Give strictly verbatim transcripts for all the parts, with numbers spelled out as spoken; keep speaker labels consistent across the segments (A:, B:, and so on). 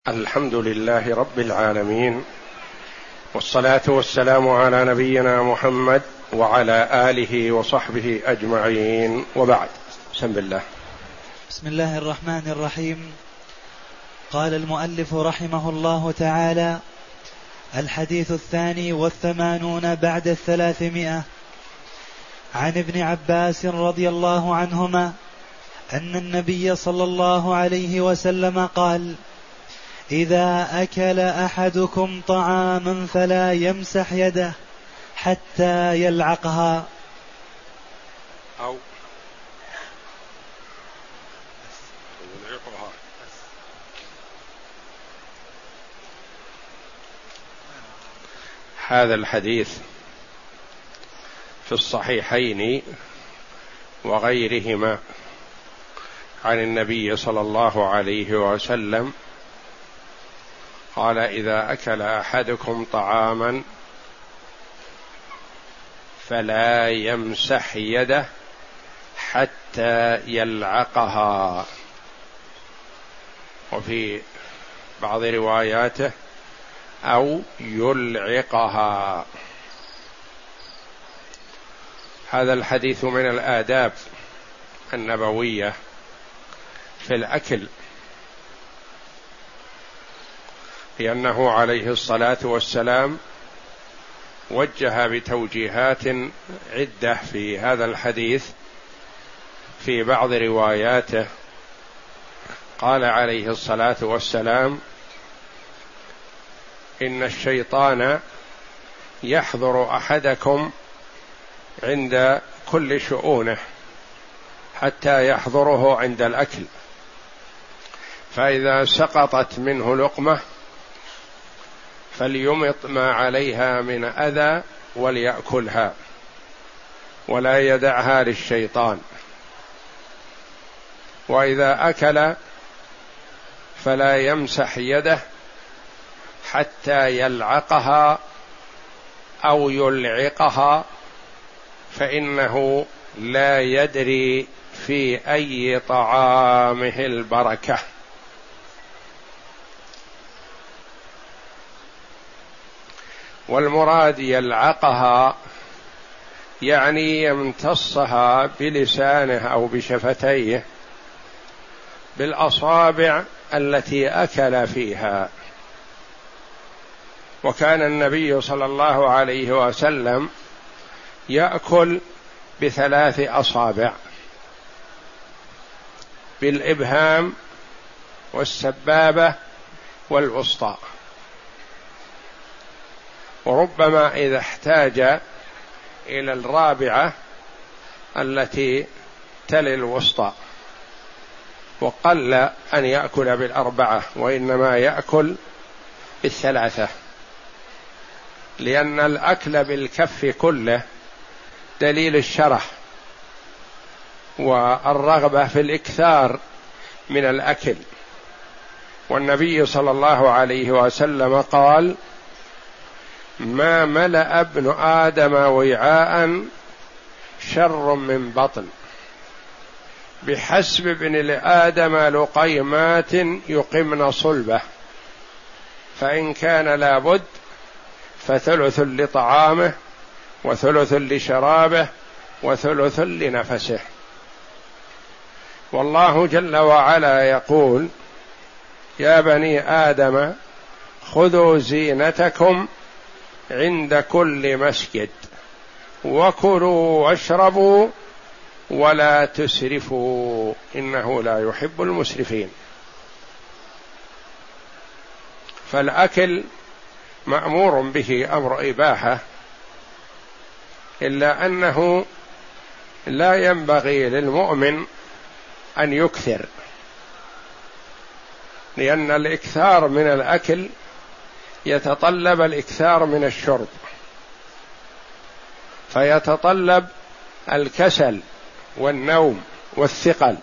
A: الحمد لله رب العالمين، والصلاة والسلام على نبينا محمد وعلى آله وصحبه أجمعين، وبعد. بسم الله.
B: بسم الله الرحمن الرحيم. قال المؤلف رحمه الله تعالى: الحديث الثاني والثمانون بعد الثلاثمائة، عن ابن عباس رضي الله عنهما أن النبي صلى الله عليه وسلم قال: إذا أكل أحدكم طعاما فلا يمسح يده حتى يلعقها
A: أو هذا الحديث في الصحيحين وغيرهما عن النبي صلى الله عليه وسلم قال: إذا أكل أحدكم طعاما فلا يمسح يده حتى يلعقها. وفي بعض رواياته أو يلعقها. هذا الحديث من الآداب النبوية في الأكل، لأنه عليه الصلاة والسلام وجه بتوجيهات عدة في هذا الحديث. في بعض رواياته قال عليه الصلاة والسلام: إن الشيطان يحضر أحدكم عند كل شؤونه حتى يحضره عند الأكل، فإذا سقطت منه لقمة فليمط ما عليها من أذى وليأكلها ولا يدعها للشيطان، وإذا أكل فلا يمسح يده حتى يلعقها أو يلعقها، فإنه لا يدري في أي طعامه البركة. والمراد يلعقها يعني يمتصها بلسانه أو بشفتيه بالأصابع التي أكل فيها. وكان النبي صلى الله عليه وسلم يأكل بثلاث أصابع: بالإبهام والسبابة والوسطى، وربما إذا احتاج إلى الرابعة التي تلي الوسطى، وقل أن يأكل بالأربعة وإنما يأكل بالثلاثة، لأن الأكل بالكف كله دليل الشرح والرغبة في الإكثار من الأكل. والنبي صلى الله عليه وسلم قال: ما ملأ ابن آدم وعاء شر من بطن، بحسب ابن آدم لقيمات يقمن صلبه، فإن كان لابد فثلث لطعامه وثلث لشرابه وثلث لنفسه. والله جل وعلا يقول: يا بني آدم خذوا زينتكم عند كل مسجد وكلوا واشربوا ولا تسرفوا إنه لا يحب المسرفين. فالأكل مأمور به أمر إباحة، إلا أنه لا ينبغي للمؤمن أن يكثر، لأن الإكثار من الأكل يتطلب الإكثار من الشرب، فيتطلب الكسل والنوم والثقل،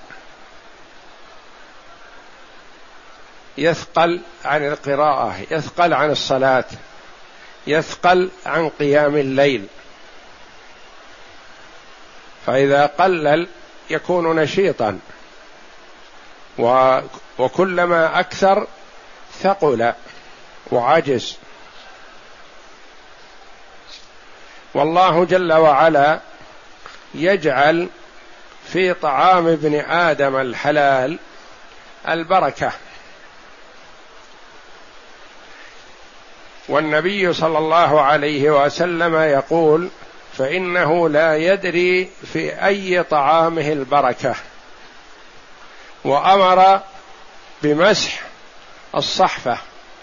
A: يثقل عن القراءة، يثقل عن الصلاة، يثقل عن قيام الليل. فإذا قلل يكون نشيطا، وكلما أكثر ثقل وعجز. والله جل وعلا يجعل في طعام ابن آدم الحلال البركة، والنبي صلى الله عليه وسلم يقول: فإنه لا يدري في أي طعامه البركة، وأمر بمسح الصحفة،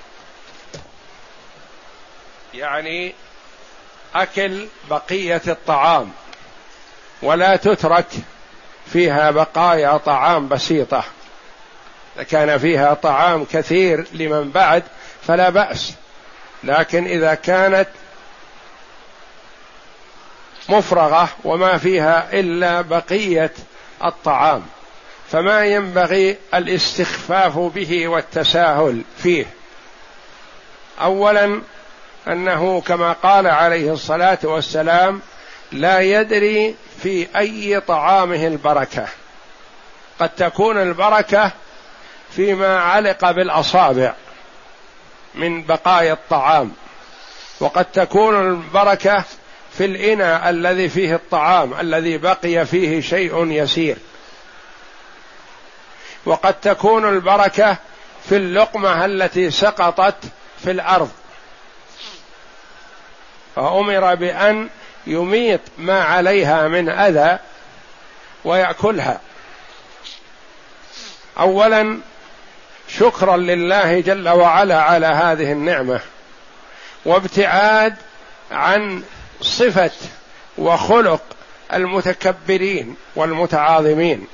A: يعني أكل بقية الطعام، ولا تترك فيها بقايا طعام بسيطة. إذا كان فيها طعام كثير لمن بعد فلا بأس، لكن إذا كانت مفرغة وما فيها إلا بقية الطعام فما ينبغي الاستخفاف به والتساهل فيه. أولا أنه كما قال عليه الصلاة والسلام: لا يدري في أي طعامه البركة. قد تكون البركة فيما علق بالأصابع من بقايا الطعام، وقد تكون البركة في الإناء الذي فيه الطعام الذي بقي فيه شيء يسير، وقد تكون البركة في اللقمة التي سقطت في الأرض، فأمر بأن يميط ما عليها من أذى ويأكلها. أولا شكرا لله جل وعلا على هذه النعمة، وابتعاد عن صفة وخلق المتكبرين والمتعاظمين.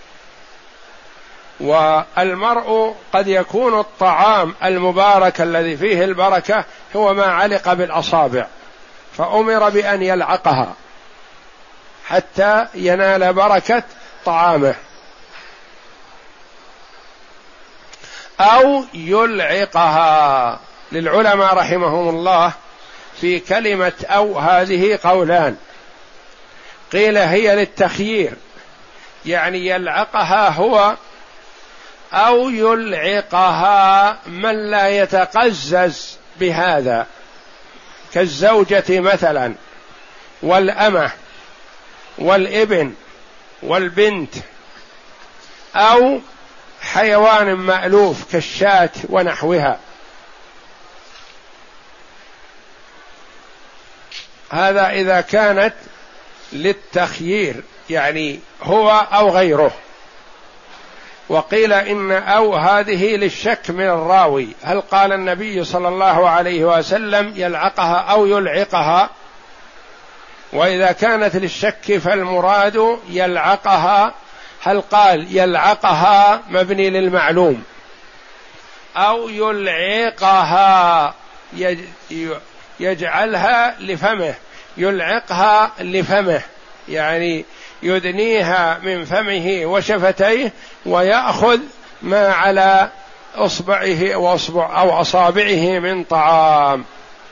A: والمرء قد يكون الطعام المبارك الذي فيه البركة هو ما علق بالأصابع، فأمر بأن يلعقها حتى ينال بركة طعامه، أو يلعقها. للعلماء رحمهم الله في كلمة أو هذه قولان: قيل هي للتخيير، يعني يلعقها هو، أو يلعقها من لا يتقزز بهذا، كالزوجة مثلا، والأمة، والابن، والبنت، أو حيوان مألوف كالشاة ونحوها. هذا إذا كانت للتخيير، يعني هو أو غيره. وقيل إن أو هذه للشك من الراوي، هل قال النبي صلى الله عليه وسلم يلعقها أو يلعقها؟ وإذا كانت للشك فالمراد يلعقها، هل قال يلعقها مبني للمعلوم، أو يلعقها يجعلها لفمه، يلعقها لفمه يعني يدنيها من فمه وشفتيه ويأخذ ما على إصبعه وأصبع أو أصابعه من طعام.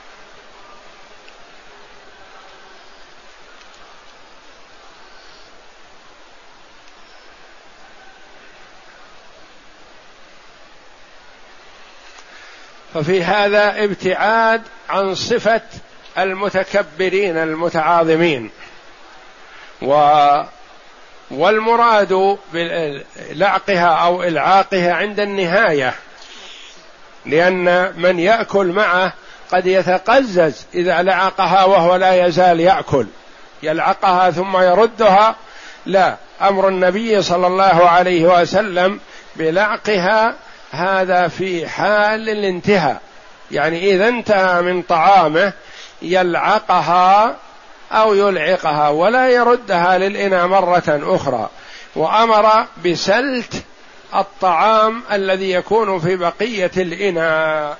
A: ففي هذا ابتعاد عن صفة المتكبرين المتعاظمين. و والمراد بلعقها أو إلعاقها عند النهاية، لأن من يأكل معه قد يتقزز إذا لعقها وهو لا يزال يأكل، يلعقها ثم يردها، لا، أمر النبي صلى الله عليه وسلم بلعقها هذا في حال الانتهاء، يعني إذا انتهى من طعامه يلعقها أو يلعقها ولا يردها للإناء مرة أخرى. وأمر بسلت الطعام الذي يكون في بقية الإناء،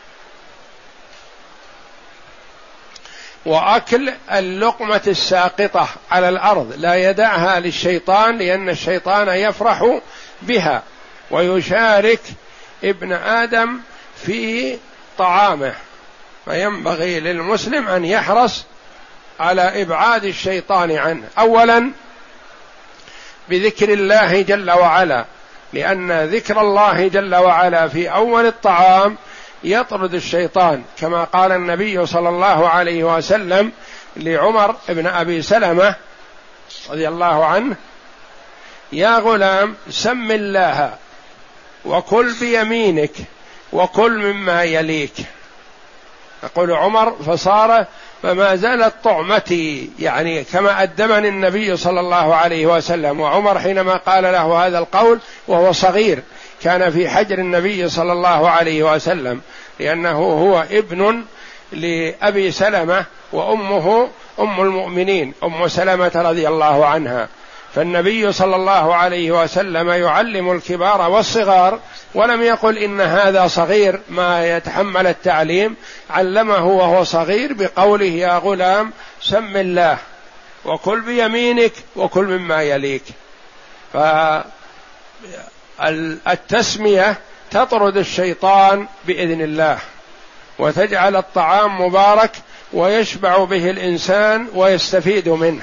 A: وأكل اللقمة الساقطة على الأرض، لا يدعها للشيطان، لأن الشيطان يفرح بها ويشارك ابن آدم في طعامه، فينبغي للمسلم أن يحرص على إبعاد الشيطان عنه، أولا بذكر الله جل وعلا لأن ذكر الله جل وعلا في أول الطعام يطرد الشيطان، كما قال النبي صلى الله عليه وسلم لعمر بن أبي سلمة رضي الله عنه: يا غلام سم الله وكل بيمينك وكل مما يليك. يقول عمر: فصار فما زالت طعمتي، يعني كما أدبني النبي صلى الله عليه وسلم. وعمر حينما قال له هذا القول وهو صغير كان في حجر النبي صلى الله عليه وسلم، لأنه هو ابن لأبي سلمة وأمه أم المؤمنين أم سلمة رضي الله عنها، فالنبي صلى الله عليه وسلم يعلم الكبار والصغار، ولم يقل إن هذا صغير ما يتحمل التعليم، علمه وهو صغير بقوله: يا غلام سم الله وكل بيمينك وكل مما يليك. فالتسمية تطرد الشيطان بإذن الله، وتجعل الطعام مبارك ويشبع به الإنسان ويستفيد منه.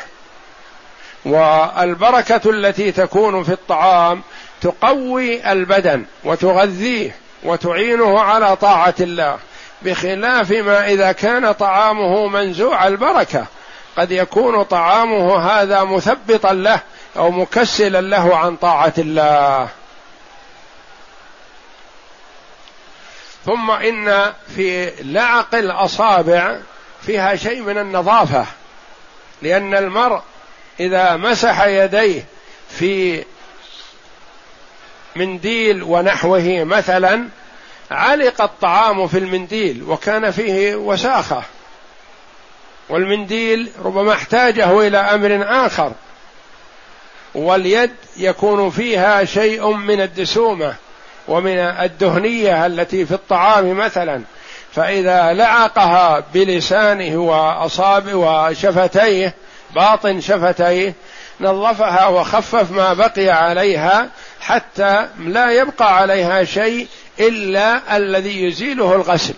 A: والبركة التي تكون في الطعام تقوي البدن وتغذيه وتعينه على طاعة الله، بخلاف ما إذا كان طعامه منزوع البركة، قد يكون طعامه هذا مثبطا له أو مكسلا له عن طاعة الله. ثم إن في لعق الأصابع فيها شيء من النظافة، لأن المرء إذا مسح يديه في منديل ونحوه مثلا علق الطعام في المنديل وكان فيه وساخة، والمنديل ربما احتاجه إلى أمر آخر، واليد يكون فيها شيء من الدسومة ومن الدهنية التي في الطعام مثلا، فإذا لعقها بلسانه وأصابعه وشفتيه باطن شفتيه نظفها وخفف ما بقي عليها، حتى لا يبقى عليها شيء إلا الذي يزيله الغسل،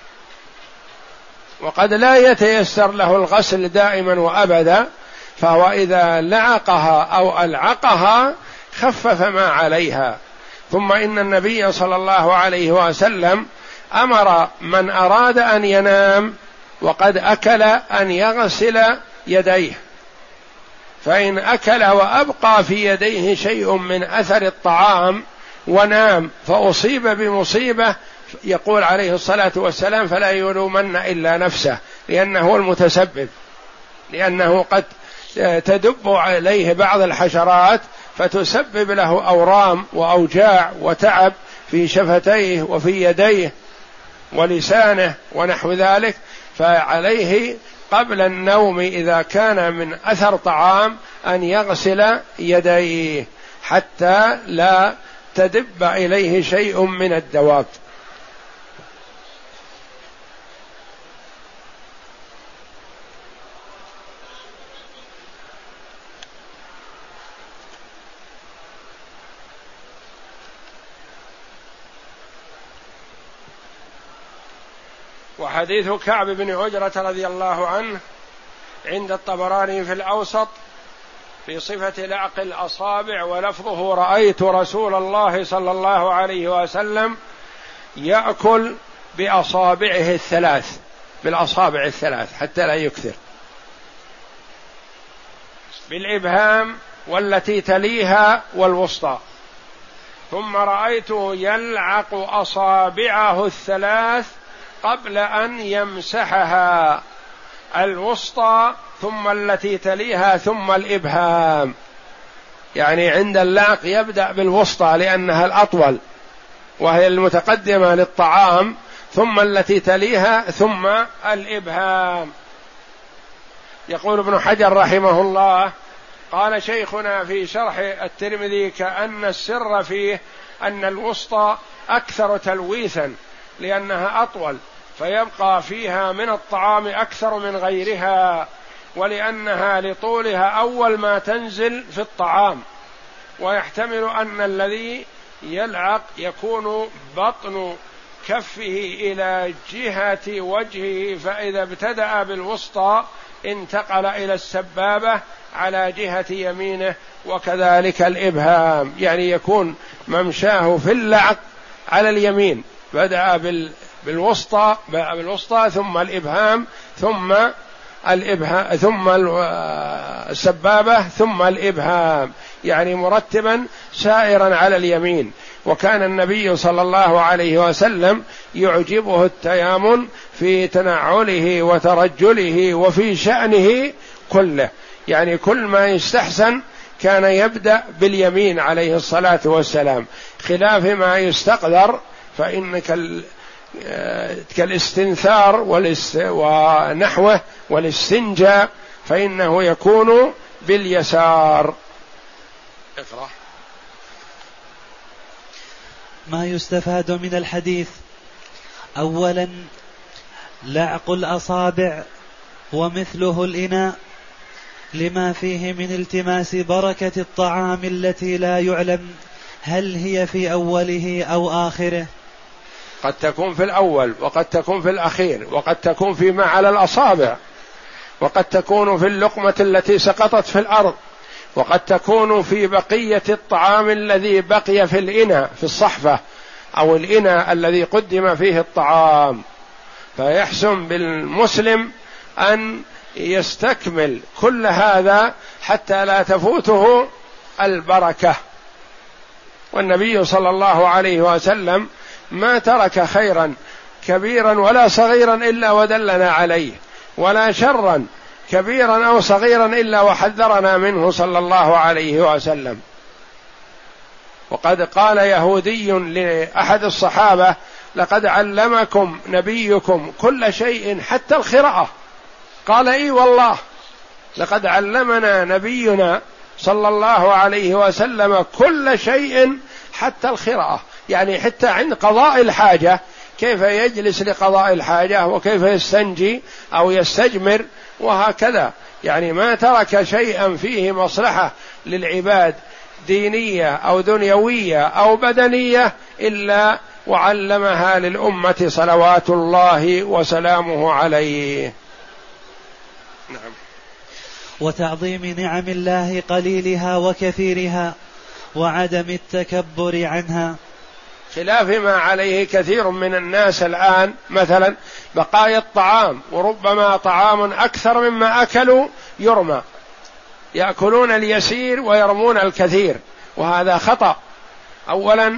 A: وقد لا يتيسر له الغسل دائما وأبدا، فهو إذا لعقها أو ألعقها خفف ما عليها. ثم إن النبي صلى الله عليه وسلم أمر من أراد أن ينام وقد أكل أن يغسل يديه، فإن أكل وأبقى في يديه شيء من أثر الطعام ونام فأصيب بمصيبة، يقول عليه الصلاة والسلام: فلا يلومن إلا نفسه، لأنه المتسبب، لأنه قد تدب عليه بعض الحشرات فتسبب له أورام وأوجاع وتعب في شفتيه وفي يديه ولسانه ونحو ذلك، فعليه قبل النوم إذا كان من أثر طعام أن يغسل يديه حتى لا تدب إليه شيء من الدواب. وحديث كعب بن عجرة رضي الله عنه عند الطبراني في الأوسط في صفة لعق الأصابع، ولفظه: رأيت رسول الله صلى الله عليه وسلم يأكل بأصابعه الثلاث، بالأصابع الثلاث حتى لا يكثر، بالإبهام والتي تليها والوسطى، ثم رأيته يلعق أصابعه الثلاث قبل أن يمسحها، الوسطى ثم التي تليها ثم الإبهام، يعني عند اللعق يبدأ بالوسطى لأنها الأطول وهي المتقدمة للطعام، ثم التي تليها ثم الإبهام. يقول ابن حجر رحمه الله: قال شيخنا في شرح الترمذي: كأن السر فيه أن الوسطى أكثر تلويثا لأنها أطول، فيبقى فيها من الطعام أكثر من غيرها، ولأنها لطولها أول ما تنزل في الطعام، ويحتمل أن الذي يلعق يكون بطن كفه إلى جهة وجهه، فإذا ابتدأ بالوسطى انتقل إلى السبابة على جهة يمينه، وكذلك الإبهام، يعني يكون ممشاه في اللعق على اليمين، بدأ بالوسطى بالوسطى ثم الإبهام ثم الإبهام ثم السبابة ثم الإبهام، يعني مرتبا سائرا على اليمين. وكان النبي صلى الله عليه وسلم يعجبه التيامن في تنعله وترجله وفي شأنه كله، يعني كل ما يستحسن كان يبدأ باليمين عليه الصلاة والسلام، خلاف ما يستقدر فإن كالاستنثار ونحوه والاستنجاء فإنه يكون باليسار. اقرأ.
B: ما يستفاد من الحديث: أولا لعق الأصابع ومثله الإناء، لما فيه من التماس بركة الطعام التي لا يعلم هل هي في أوله أو آخره،
A: قد تكون في الأول وقد تكون في الأخير وقد تكون فيما على الأصابع وقد تكون في اللقمة التي سقطت في الأرض وقد تكون في بقية الطعام الذي بقي في الإناء في الصحفة أو الإناء الذي قدم فيه الطعام. فيحسن بالمسلم أن يستكمل كل هذا حتى لا تفوته البركة. والنبي صلى الله عليه وسلم ما ترك خيرا كبيرا ولا صغيرا إلا ودلنا عليه، ولا شرا كبيرا أو صغيرا إلا وحذرنا منه صلى الله عليه وسلم. وقد قال يهودي لأحد الصحابة: لقد علمكم نبيكم كل شيء حتى القراءة. قال: إي والله لقد علمنا نبينا صلى الله عليه وسلم كل شيء حتى القراءة، يعني حتى عند قضاء الحاجة كيف يجلس لقضاء الحاجة وكيف يستنجي أو يستجمر وهكذا، يعني ما ترك شيئا فيه مصلحة للعباد دينية أو دنيوية أو بدنية إلا وعلمها للأمة صلوات الله وسلامه عليه. نعم.
B: وتعظيم نعم الله قليلها وكثيرها وعدم التكبر عنها،
A: خلاف ما عليه كثير من الناس الآن، مثلا بقايا الطعام وربما طعام أكثر مما أكلوا يرمى، يأكلون اليسير ويرمون الكثير، وهذا خطأ. أولا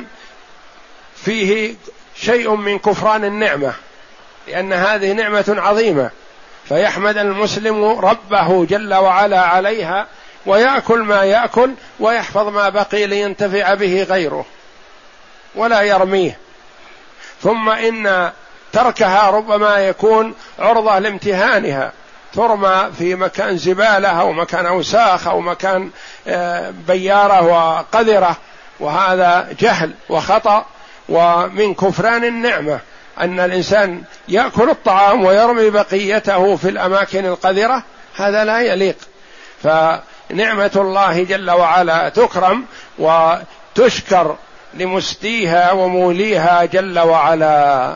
A: فيه شيء من كفران النعمة، لأن هذه نعمة عظيمة، فيحمد المسلم ربه جل وعلا عليها ويأكل ما يأكل ويحفظ ما بقي لينتفع به غيره ولا يرميه. ثم إن تركها ربما يكون عرضة لامتهانها، ترمى في مكان زبالة أو مكان أوساخ أو مكان بيارة وقذرة، وهذا جهل وخطأ ومن كفران النعمة أن الإنسان يأكل الطعام ويرمي بقيته في الأماكن القذرة، هذا لا يليق. فنعمة الله جل وعلا تكرم وتشكر لمسديها وموليها جل وعلا.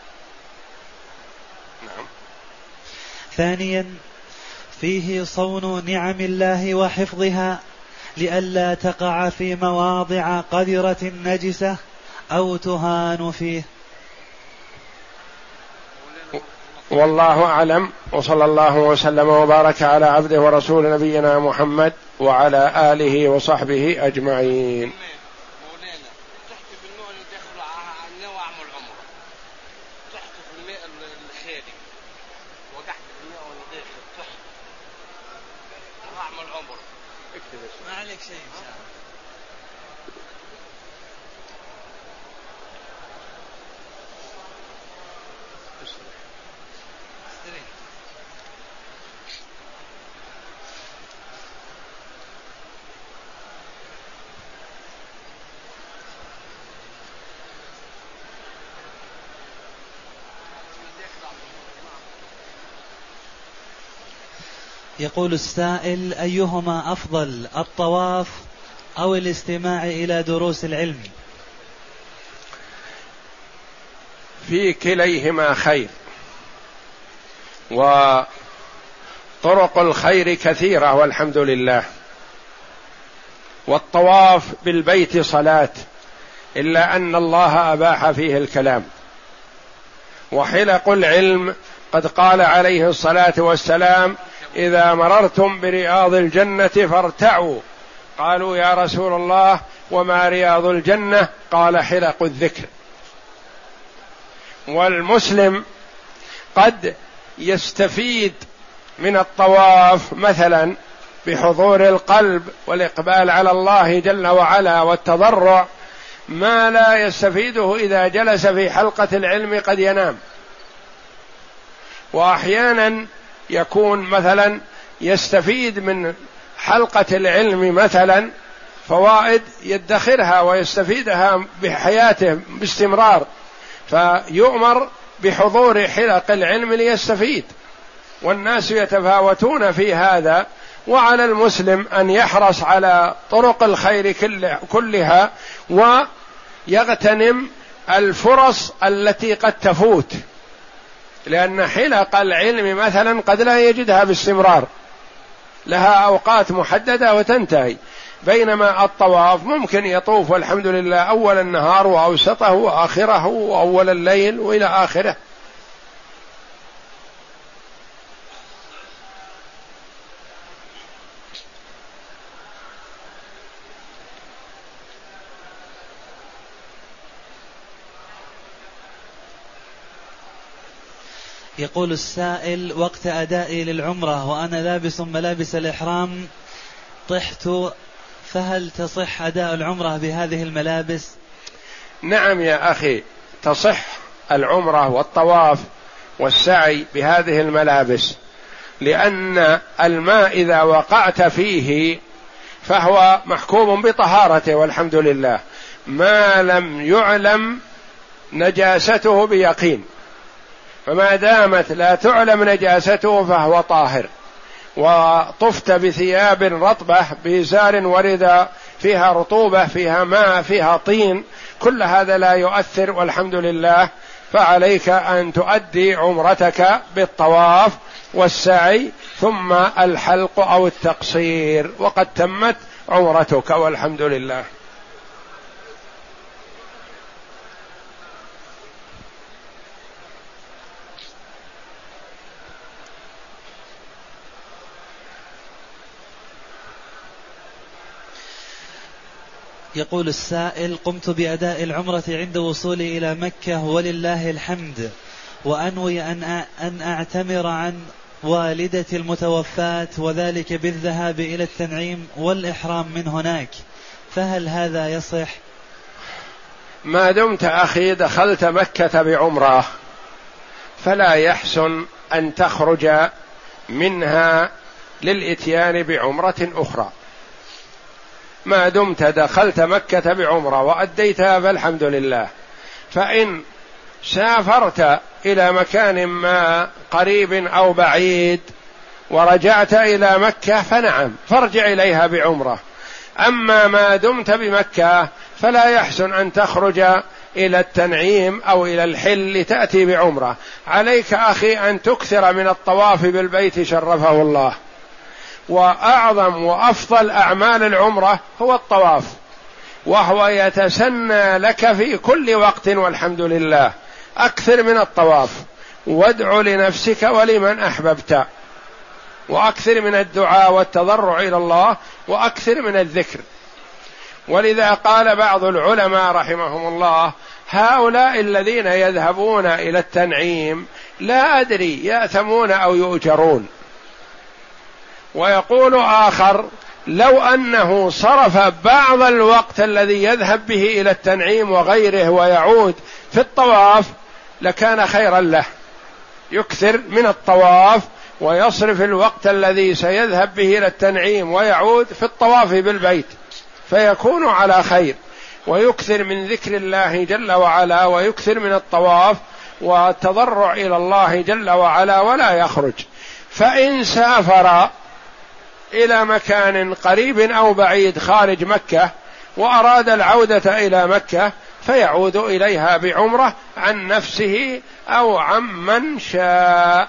A: نعم.
B: ثانيا فيه صون نعم الله وحفظها لئلا تقع في مواضع قذرة نجسة أو تهان فيه.
A: والله أعلم، وصلى الله وسلم وبارك على عبده ورسول نبينا محمد وعلى آله وصحبه أجمعين.
B: يقول السائل: أيهما أفضل، الطواف أو الاستماع إلى دروس العلم؟
A: في كليهما خير، وطرق الخير كثيرة والحمد لله. والطواف بالبيت صلاة، إلا أن الله أباح فيه الكلام. وحلق العلم قد قال عليه الصلاة والسلام: إذا مررتم برياض الجنة فارتعوا. قالوا: يا رسول الله وما رياض الجنة؟ قال: حلق الذكر. والمسلم قد يستفيد من الطواف مثلا بحضور القلب والإقبال على الله جل وعلا والتضرع، ما لا يستفيده إذا جلس في حلقة العلم. قد ينام، وأحيانا يكون مثلا يستفيد من حلقة العلم مثلا فوائد يدخرها ويستفيدها بحياته باستمرار، فيؤمر بحضور حلق العلم ليستفيد، والناس يتفاوتون في هذا. وعلى المسلم أن يحرص على طرق الخير كلها ويغتنم الفرص التي قد تفوت، لأن حلق العلم مثلا قد لا يجدها باستمرار، لها أوقات محددة وتنتهي، بينما الطواف ممكن يطوف والحمد لله أول النهار وأوسطه وآخره وأول الليل وإلى آخره.
B: يقول السائل: وقت أدائي للعمرة وأنا لابس ملابس الإحرام طحت، فهل تصح أداء العمرة بهذه الملابس؟
A: نعم يا أخي، تصح العمرة والطواف والسعي بهذه الملابس، لأن الماء إذا وقعت فيه فهو محكوم بطهارته والحمد لله، ما لم يعلم نجاسته بيقين، فما دامت لا تعلم نجاسته فهو طاهر. وطفت بثياب رطبة بإزار ورد فيها رطوبة فيها ماء فيها طين، كل هذا لا يؤثر والحمد لله، فعليك أن تؤدي عمرتك بالطواف والسعي ثم الحلق أو التقصير، وقد تمت عمرتك والحمد لله.
B: يقول السائل: قمت بأداء العمرة عند وصولي إلى مكة ولله الحمد، وأنوي أن أن أعتمر عن والدتي المتوفاة، وذلك بالذهاب إلى التنعيم والإحرام من هناك، فهل هذا يصح؟
A: ما دمت أخي دخلت مكة بعمرة فلا يحسن أن تخرج منها للإتيان بعمرة أخرى. ما دمت دخلت مكة بعمرة وأديتها فالحمد لله. فإن سافرت إلى مكان ما قريب أو بعيد ورجعت إلى مكة فنعم، فارجع إليها بعمرة. أما ما دمت بمكة فلا يحسن أن تخرج إلى التنعيم أو إلى الحل لتأتي بعمرة. عليك أخي أن تكثر من الطواف بالبيت شرفه الله، وأعظم وأفضل أعمال العمرة هو الطواف، وهو يتسنى لك في كل وقت والحمد لله. أكثر من الطواف، وادع لنفسك ولمن أحببت، وأكثر من الدعاء والتضرع إلى الله، وأكثر من الذكر. ولذا قال بعض العلماء رحمهم الله: هؤلاء الذين يذهبون إلى التنعيم لا أدري يأثمون أو يؤجرون. ويقول آخر: لو أنه صرف بعض الوقت الذي يذهب به إلى التنعيم وغيره ويعود في الطواف لكان خيرا له، يكثر من الطواف ويصرف الوقت الذي سيذهب به إلى التنعيم ويعود في الطواف بالبيت، فيكون على خير، ويكثر من ذكر الله جل وعلا، ويكثر من الطواف والتضرع إلى الله جل وعلا، ولا يخرج. فإن سافر إلى مكان قريب أو بعيد خارج مكة وأراد العودة إلى مكة فيعود إليها بعمرة عن نفسه أو عن من شاء.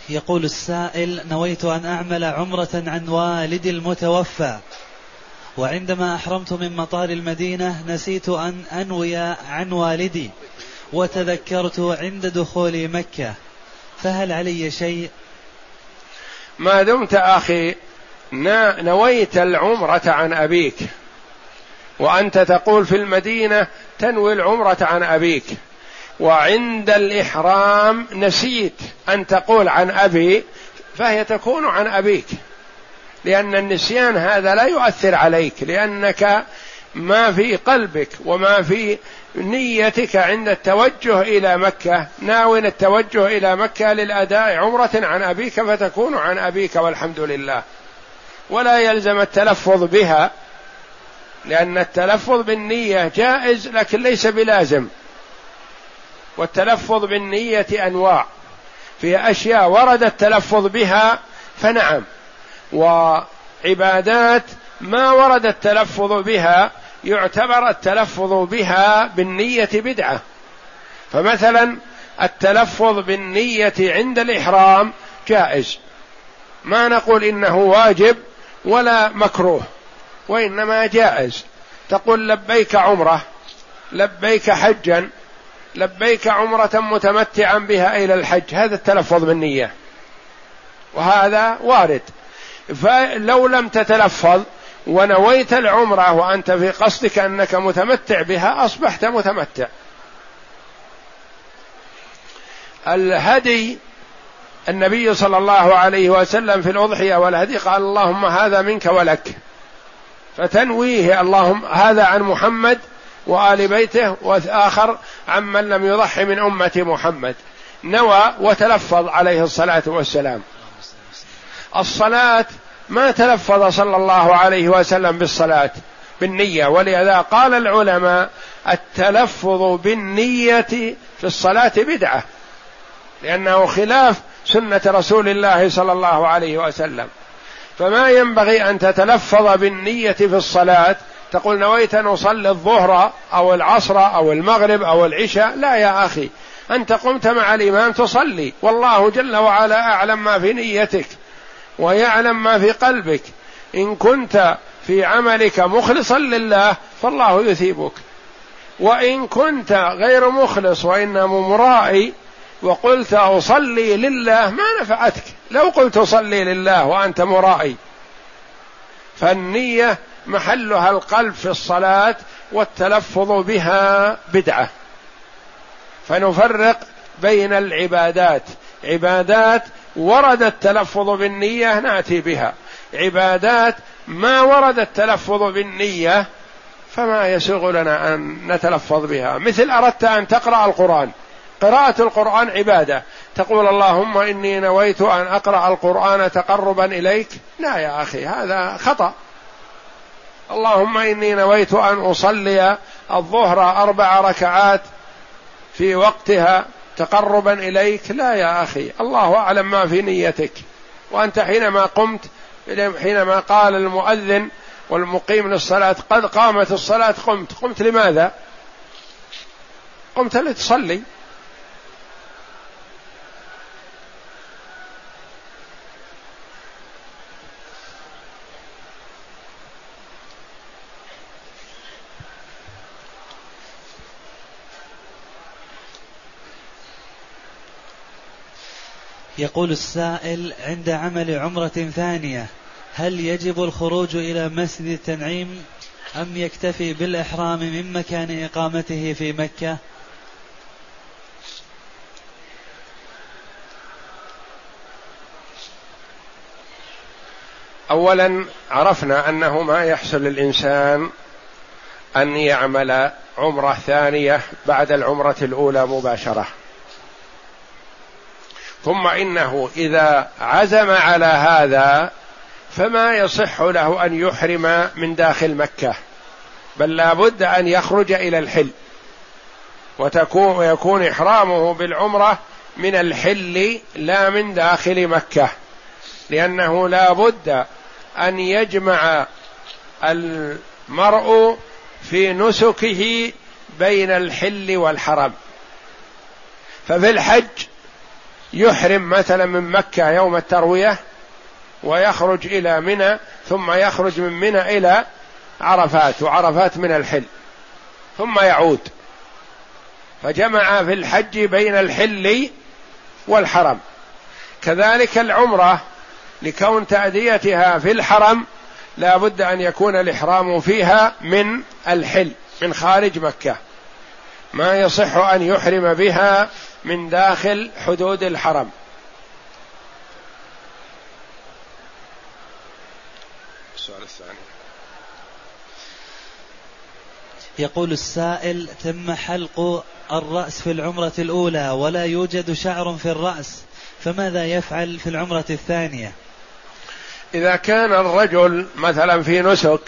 B: يقول السائل: نويت أن أعمل عمرة عن والدي المتوفى، وعندما أحرمت من مطار المدينة نسيت أن أنوي عن والدي، وتذكرت عند دخول مكة، فهل علي شيء؟
A: ما دمت أخي نويت العمرة عن أبيك وأنت تقول في المدينة تنوي العمرة عن أبيك، وعند الإحرام نسيت أن تقول عن أبي، فهي تكون عن أبيك، لأن النسيان هذا لا يؤثر عليك، لأنك ما في قلبك وما في نيتك عند التوجه إلى مكة ناوٍ التوجه إلى مكة للأداء عمرة عن أبيك، فتكون عن أبيك والحمد لله. ولا يلزم التلفظ بها، لأن التلفظ بالنية جائز لكن ليس بلازم، والتلفظ بالنية أنواع، في أشياء ورد التلفظ بها فنعم، وعبادات ما ورد التلفظ بها يعتبر التلفظ بها بالنية بدعة. فمثلا التلفظ بالنية عند الإحرام جائز، ما نقول إنه واجب ولا مكروه، وإنما جائز. تقول لبيك عمرة، لبيك حجا، لبيك عمرة متمتعا بها إلى الحج، هذا التلفظ بالنية وهذا وارد. فلو لم تتلفظ ونويت العمرة وأنت في قصدك أنك متمتع بها أصبحت متمتع. الهدي، النبي صلى الله عليه وسلم في الأضحية والهدي قال: اللهم هذا منك ولك، فتنويه اللهم هذا عن محمد وآل بيته، وآخر عمن لم يضحي من أمة محمد، نوى وتلفظ عليه الصلاة والسلام. الصلاة ما تلفظ صلى الله عليه وسلم بالصلاة بالنية، ولهذا قال العلماء التلفظ بالنية في الصلاة بدعة، لأنه خلاف سنة رسول الله صلى الله عليه وسلم. فما ينبغي أن تتلفظ بالنية في الصلاة، تقول نويت أن أصلي الظهر أو العصر أو المغرب أو العشاء، لا يا أخي، أنت قمت مع الإمام تصلي، والله جل وعلا أعلم ما في نيتك ويعلم ما في قلبك. إن كنت في عملك مخلصا لله فالله يثيبك، وإن كنت غير مخلص وإنما مرائي وقلت أصلي لله ما نفعتك لو قلت أصلي لله وأنت مرائي. فالنية محلها القلب في الصلاة، والتلفظ بها بدعة. فنفرق بين العبادات، عبادات ورد التلفظ بالنية نأتي بها، عبادات ما ورد التلفظ بالنية فما يسوغ لنا أن نتلفظ بها. مثل أردت أن تقرأ القرآن، قراءة القرآن عبادة، تقول اللهم إني نويت أن أقرأ القرآن تقربا إليك، لا يا أخي، هذا خطأ. اللهم إني نويت أن أصلي الظهر أربع ركعات في وقتها تقربا إليك، لا يا أخي، الله أعلم ما في نيتك. وأنت حينما قمت، حينما قال المؤذن والمقيم للصلاة قد قامت الصلاة، قمت قمت لماذا؟ قمت لتصلي.
B: يقول السائل: عند عمل عمرة ثانية هل يجب الخروج إلى مسجد التنعيم أم يكتفي بالإحرام من مكان إقامته في مكة؟
A: أولا عرفنا أنه ما يحصل للإنسان أن يعمل عمرة ثانية بعد العمرة الأولى مباشرة، ثم إنه إذا عزم على هذا فما يصح له أن يحرم من داخل مكة، بل لا بد أن يخرج إلى الحل، وتكون ويكون إحرامه بالعمرة من الحل لا من داخل مكة، لأنه لا بد أن يجمع المرء في نسكه بين الحل والحرم. ففي الحج يحرم مثلا من مكة يوم التروية ويخرج إلى منى، ثم يخرج من منى إلى عرفات، وعرفات من الحل، ثم يعود، فجمع في الحج بين الحل والحرم. كذلك العمرة لكون تأديتها في الحرم لا بد أن يكون الإحرام فيها من الحل من خارج مكة، ما يصح أن يحرم بها من داخل حدود الحرم. السؤال الثاني
B: يقول السائل: تم حلق الرأس في العمرة الأولى ولا يوجد شعر في الرأس، فماذا يفعل في العمرة الثانية؟
A: إذا كان الرجل مثلا في نسك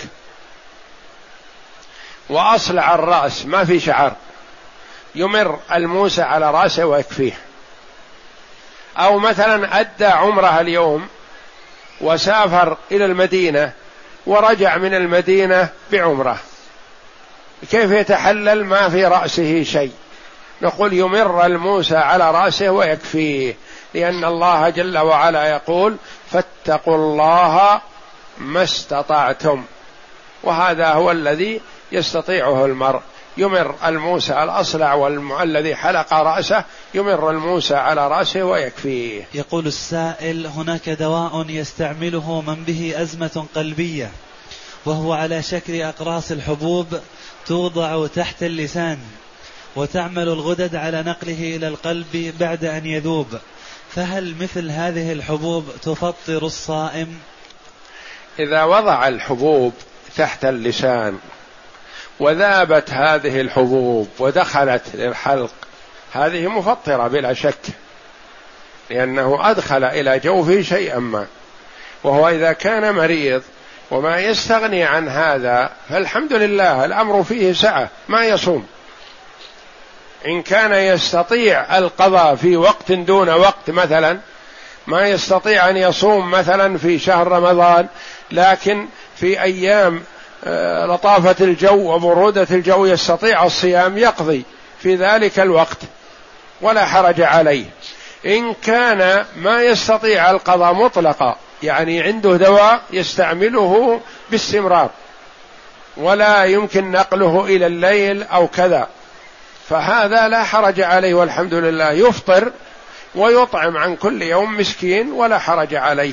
A: وأصلع الرأس ما في شعر، يمر الموسى على رأسه ويكفيه. أو مثلا أدى عمره اليوم وسافر إلى المدينة ورجع من المدينة بعمره، كيف يتحلل ما في رأسه شيء؟ نقول يمر الموسى على رأسه ويكفيه، لأن الله جل وعلا يقول: فاتقوا الله ما استطعتم، وهذا هو الذي يستطيعه المرء. يمر الموسى الأصلع والذي حلق رأسه، يمر الموسى على رأسه ويكفيه.
B: يقول السائل: هناك دواء يستعمله من به أزمة قلبية، وهو على شكل أقراص الحبوب توضع تحت اللسان، وتعمل الغدد على نقله إلى القلب بعد أن يذوب، فهل مثل هذه الحبوب تفطر الصائم؟
A: إذا وضع الحبوب تحت اللسان وذابت هذه الحبوب ودخلت للحلق، هذه مفطرة بلا شك، لأنه أدخل إلى جوفه شيئا ما. وهو إذا كان مريض وما يستغني عن هذا فالحمد لله، الأمر فيه سعة، ما يصوم. إن كان يستطيع القضاء في وقت دون وقت، مثلا ما يستطيع أن يصوم مثلا في شهر رمضان، لكن في أيام لطافة الجو وبرودة الجو يستطيع الصيام، يقضي في ذلك الوقت ولا حرج عليه. إن كان ما يستطيع القضاء مطلقا، يعني عنده دواء يستعمله باستمرار ولا يمكن نقله إلى الليل أو كذا، فهذا لا حرج عليه والحمد لله، يفطر ويطعم عن كل يوم مسكين ولا حرج عليه.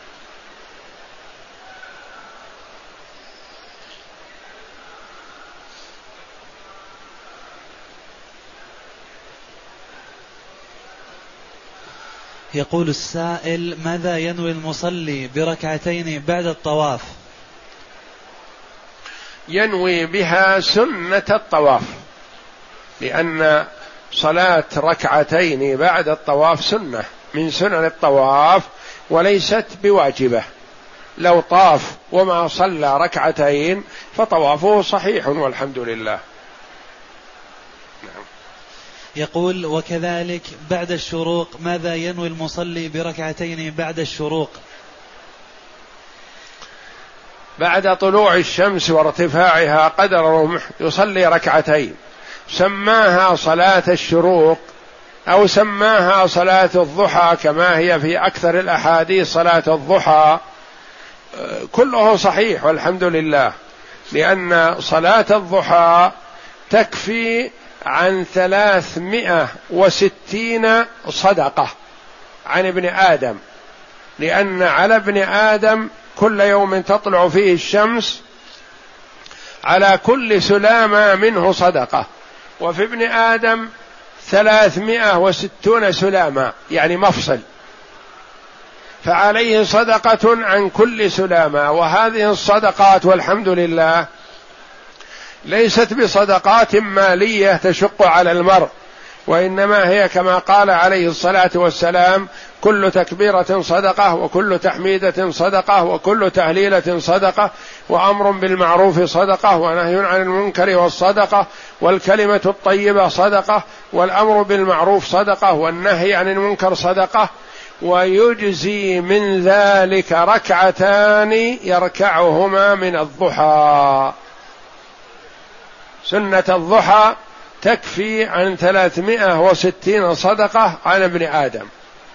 B: يقول السائل: ماذا ينوي المصلي بركعتين بعد الطواف؟
A: ينوي بها سنة الطواف، لأن صلاة ركعتين بعد الطواف سنة من سنن الطواف وليست بواجبة. لو طاف وما صلى ركعتين فطوافه صحيح والحمد لله.
B: يقول: وكذلك بعد الشروق ماذا ينوي المصلي بركعتين بعد الشروق؟
A: بعد طلوع الشمس وارتفاعها قدر رمح يصلي ركعتين، سماها صلاة الشروق أو سماها صلاة الضحى كما هي في أكثر الأحاديث صلاة الضحى، كله صحيح والحمد لله، لأن صلاة الضحى تكفي عن ثلاثمائة وستين صدقة عن ابن آدم، لأن على ابن آدم كل يوم تطلع فيه الشمس على كل سلامة منه صدقة، وفي ابن آدم ثلاثمائة وستون سلامة يعني مفصل، فعليه صدقة عن كل سلامة. وهذه الصدقات والحمد لله ليست بصدقات مالية تشق على المرء، وإنما هي كما قال عليه الصلاة والسلام: كل تكبيرة صدقة، وكل تحميدة صدقة، وكل تهليلة صدقة، وأمر بالمعروف صدقة، ونهي عن المنكر والصدقة، والكلمة الطيبة صدقة، والأمر بالمعروف صدقة، والنهي عن المنكر صدقة. ويجزي من ذلك ركعتان يركعهما من الضحى. سنة الضحى تكفي عن ثلاثمائة وستين صدقة على ابن آدم،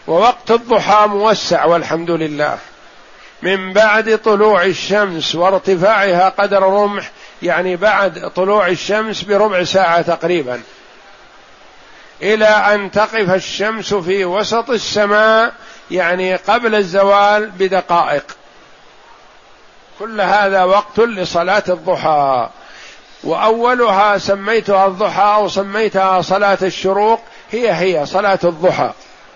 A: ووقت الضحى موسع والحمد لله، من بعد طلوع الشمس وارتفاعها قدر رمح، يعني بعد طلوع الشمس بربع ساعة تقريبا، إلى أن تقف الشمس في وسط السماء، يعني قبل الزوال بدقائق. كل هذا وقت لصلاة الضحى، وأولها سميتها الضحى أو سميتها صلاة الشروق، هي هي صلاة الضحى،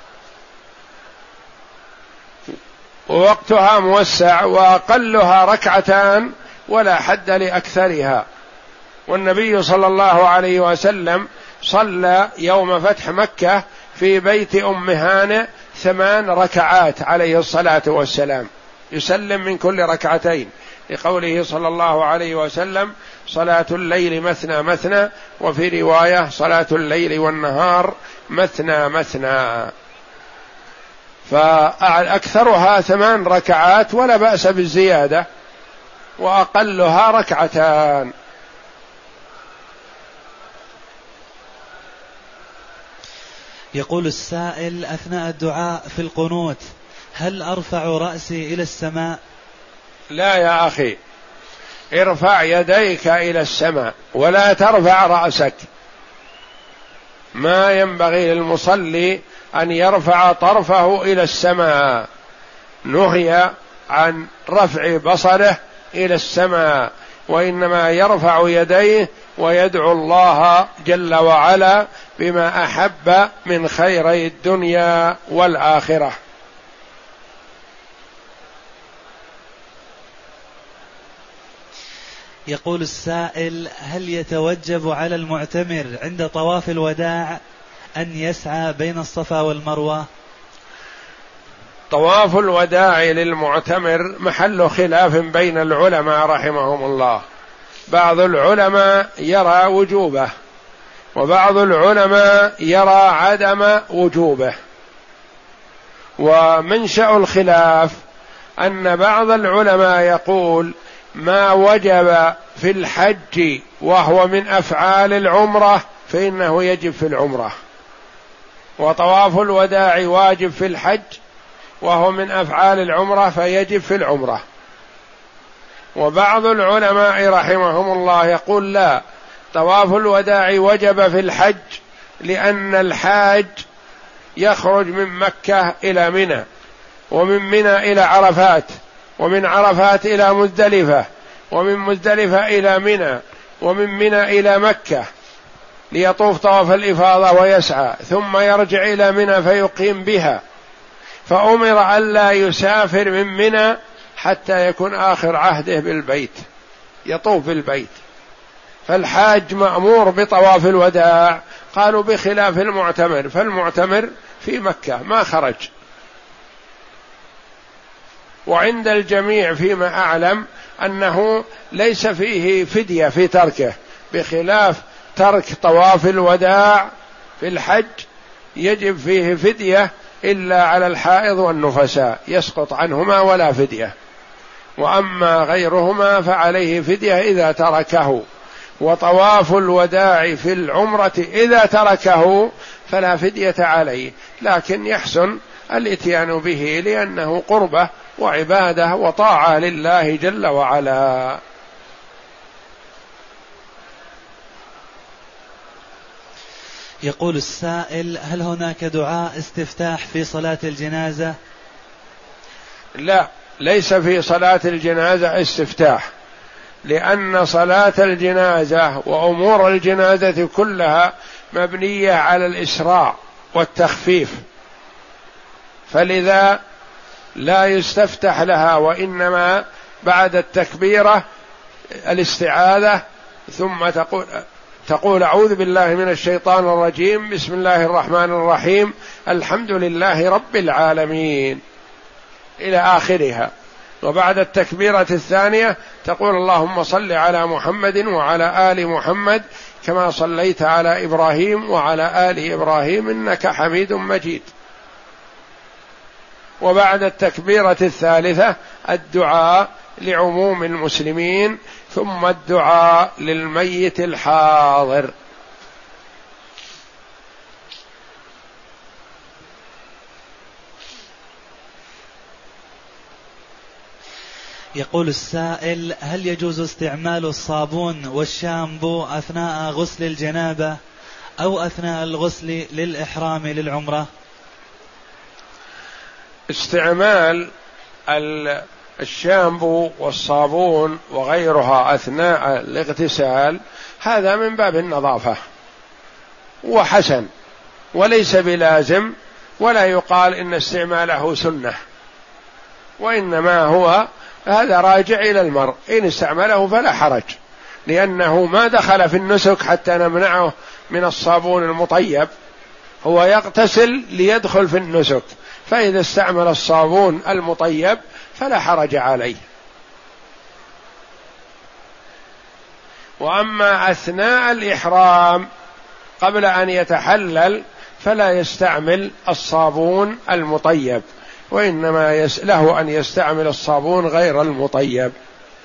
A: ووقتها موسع، وأقلها ركعتان ولا حد لأكثرها. والنبي صلى الله عليه وسلم صلى يوم فتح مكة في بيت أم هانئ ثمان ركعات عليه الصلاة والسلام، يسلم من كل ركعتين، لقوله صلى الله عليه وسلم: صلاة الليل مثنى مثنى، وفي رواية: صلاة الليل والنهار مثنى مثنى. فأكثرها ثمان ركعات ولا بأس بالزيادة، وأقلها ركعتان.
B: يقول السائل: أثناء الدعاء في القنوت هل أرفع رأسي إلى السماء؟
A: لا يا أخي، ارفع يديك إلى السماء ولا ترفع رأسك. ما ينبغي للمصلي أن يرفع طرفه إلى السماء، نهي عن رفع بصره إلى السماء، وإنما يرفع يديه ويدعو الله جل وعلا بما أحب من خيري الدنيا والآخرة.
B: يقول السائل: هل يتوجب على المعتمر عند طواف الوداع أن يسعى بين الصفا والمروة؟
A: طواف الوداع للمعتمر محل خلاف بين العلماء رحمهم الله، بعض العلماء يرى وجوبه، وبعض العلماء يرى عدم وجوبه. ومنشأ الخلاف أن بعض العلماء يقول: ما وجب في الحج وهو من أفعال العمرة فإنه يجب في العمرة، وطواف الوداع واجب في الحج وهو من أفعال العمرة فيجب في العمرة. وبعض العلماء رحمهم الله يقول: لا، طواف الوداع وجب في الحج، لأن الحاج يخرج من مكة إلى منى، ومن منى إلى عرفات، ومن عرفات إلى مزدلفة، ومن مزدلفة إلى منى، ومن منى إلى مكة ليطوف طواف الإفاضة ويسعى، ثم يرجع إلى منى فيقيم بها. فأمر ألا يسافر من منى حتى يكون آخر عهده بالبيت، يطوف بالبيت. فالحاج مأمور بطواف الوداع. قالوا: بخلاف المعتمر، فالمعتمر في مكة ما خرج. وعند الجميع فيما أعلم أنه ليس فيه فدية في تركه، بخلاف ترك طواف الوداع في الحج يجب فيه فدية، إلا على الحائض والنفساء يسقط عنهما ولا فدية، وأما غيرهما فعليه فدية إذا تركه. وطواف الوداع في العمرة إذا تركه فلا فدية عليه، لكن يحسن الاتيان به لأنه قربة وعبادة وطاعة لله جل وعلا.
B: يقول السائل: هل هناك دعاء استفتاح في صلاة الجنازة؟
A: لا، ليس في صلاة الجنازة استفتاح، لأن صلاة الجنازة وأمور الجنازة كلها مبنية على الإسراع والتخفيف، فلذا لا يستفتح لها، وإنما بعد التكبيرة الاستعاذة، ثم تقول تقول أعوذ بالله من الشيطان الرجيم، بسم الله الرحمن الرحيم، الحمد لله رب العالمين، إلى آخرها. وبعد التكبيرة الثانية تقول اللهم صل على محمد وعلى آل محمد كما صليت على إبراهيم وعلى آل إبراهيم إنك حميد مجيد. وبعد التكبيرة الثالثة الدعاء لعموم المسلمين، ثم الدعاء للميت الحاضر.
B: يقول السائل: هل يجوز استعمال الصابون والشامبو أثناء غسل الجنابة أو أثناء الغسل للإحرام للعمرة؟
A: استعمال الشامبو والصابون وغيرها أثناء الاغتسال هذا من باب النظافة وحسن، وليس بلازم، ولا يقال إن استعماله سنة، وإنما هو هذا راجع إلى المرء، إن استعمله فلا حرج، لأنه ما دخل في النسك حتى نمنعه من الصابون المطيب، هو يغتسل ليدخل في النسك، فإذا استعمل الصابون المطيب فلا حرج عليه. وأما أثناء الإحرام قبل أن يتحلل فلا يستعمل الصابون المطيب، وإنما له أن يستعمل الصابون غير المطيب.